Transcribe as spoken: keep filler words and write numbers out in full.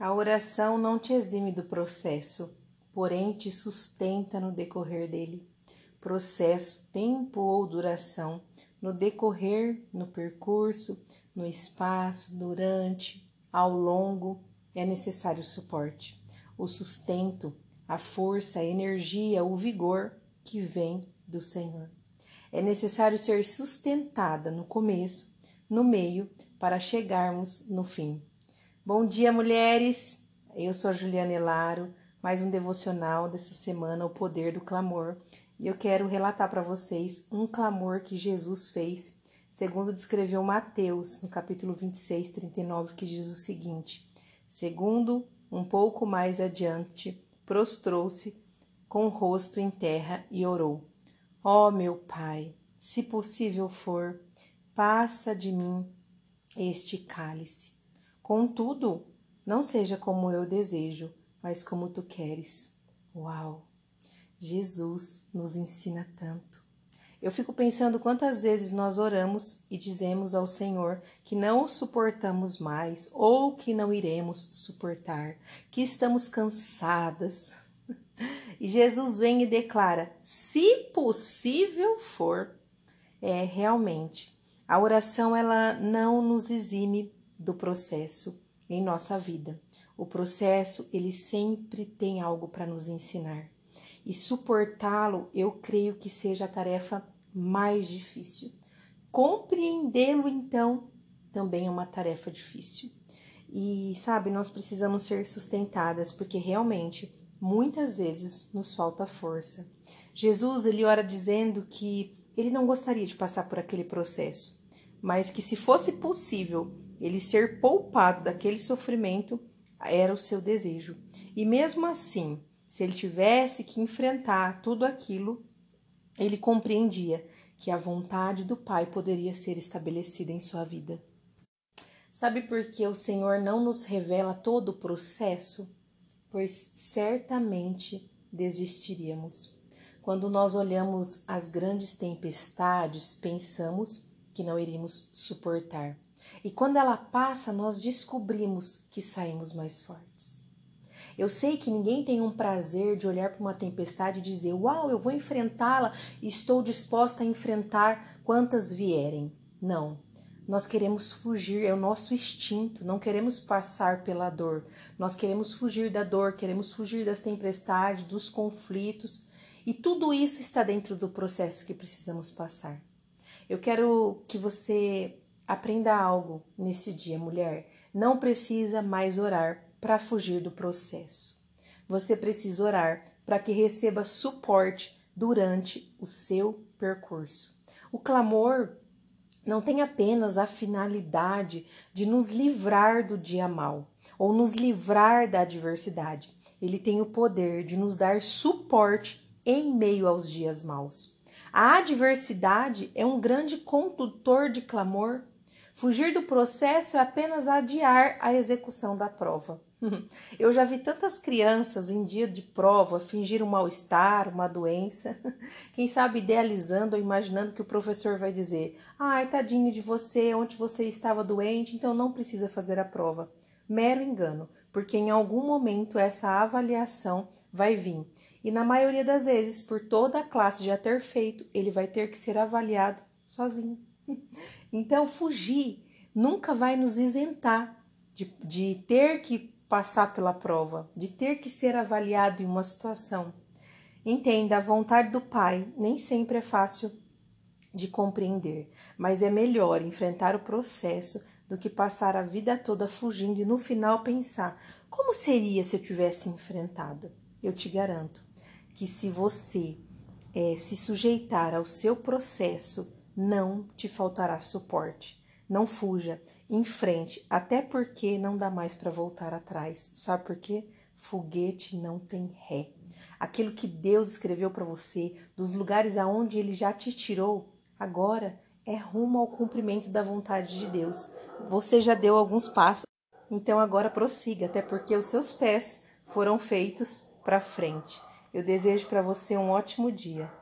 A oração não te exime do processo, porém te sustenta no decorrer dele. Processo, tempo ou duração, no decorrer, no percurso, no espaço, durante, ao longo, é necessário suporte. O sustento, a força, a energia, o vigor que vem do Senhor. É necessário ser sustentada no começo, no meio, para chegarmos no fim. Bom dia, mulheres! Eu sou a Juliana Elaro, mais um devocional dessa semana, O Poder do Clamor. E eu quero relatar para vocês um clamor que Jesus fez, segundo descreveu Mateus, no capítulo vinte e seis, trinta e nove, que diz o seguinte: segundo, um pouco mais adiante, prostrou-se com o rosto em terra e orou: ó meu Pai, se possível for, passa de mim este cálice. Contudo, não seja como eu desejo, mas como tu queres. Uau! Jesus nos ensina tanto. Eu fico pensando quantas vezes nós oramos e dizemos ao Senhor que não o suportamos mais ou que não iremos suportar, que estamos cansadas. E Jesus vem e declara: se possível for. É, realmente, a oração ela não nos exime do processo em nossa vida. O processo, ele sempre tem algo para nos ensinar. E suportá-lo, eu creio que seja a tarefa mais difícil. Compreendê-lo, então, também é uma tarefa difícil. E, sabe, nós precisamos ser sustentadas, porque realmente, muitas vezes, nos falta força. Jesus, ele ora dizendo que ele não gostaria de passar por aquele processo, mas que se fosse possível ele ser poupado daquele sofrimento, era o seu desejo. E mesmo assim, se ele tivesse que enfrentar tudo aquilo, ele compreendia que a vontade do Pai poderia ser estabelecida em sua vida. Sabe por que o Senhor não nos revela todo o processo? Pois certamente desistiríamos. Quando nós olhamos as grandes tempestades, pensamos que não iríamos suportar. E quando ela passa, nós descobrimos que saímos mais fortes. Eu sei que ninguém tem um prazer de olhar para uma tempestade e dizer: uau, eu vou enfrentá-la e estou disposta a enfrentar quantas vierem. Não. Nós queremos fugir, é o nosso instinto, não queremos passar pela dor. Nós queremos fugir da dor, queremos fugir das tempestades, dos conflitos. E tudo isso está dentro do processo que precisamos passar. Eu quero que você aprenda algo nesse dia, mulher. Não precisa mais orar para fugir do processo. Você precisa orar para que receba suporte durante o seu percurso. O clamor não tem apenas a finalidade de nos livrar do dia mau ou nos livrar da adversidade. Ele tem o poder de nos dar suporte em meio aos dias maus. A adversidade é um grande condutor de clamor. Fugir do processo é apenas adiar a execução da prova. Eu já vi tantas crianças em dia de prova fingir um mal-estar, uma doença, quem sabe idealizando ou imaginando que o professor vai dizer: ai, tadinho de você, ontem você estava doente, então não precisa fazer a prova. Mero engano, porque em algum momento essa avaliação vai vir. E na maioria das vezes, por toda a classe já ter feito, ele vai ter que ser avaliado sozinho. Então, fugir nunca vai nos isentar de, de ter que passar pela prova, de ter que ser avaliado em uma situação. Entenda, a vontade do Pai nem sempre é fácil de compreender, mas é melhor enfrentar o processo do que passar a vida toda fugindo e no final pensar: como seria se eu tivesse enfrentado? Eu te garanto que se você é, se sujeitar ao seu processo, não te faltará suporte. Não fuja, enfrente, até porque não dá mais para voltar atrás. Sabe por quê? Foguete não tem ré. Aquilo que Deus escreveu para você, dos lugares aonde Ele já te tirou, agora é rumo ao cumprimento da vontade de Deus. Você já deu alguns passos, então agora prossiga, até porque os seus pés foram feitos para frente. Eu desejo para você um ótimo dia.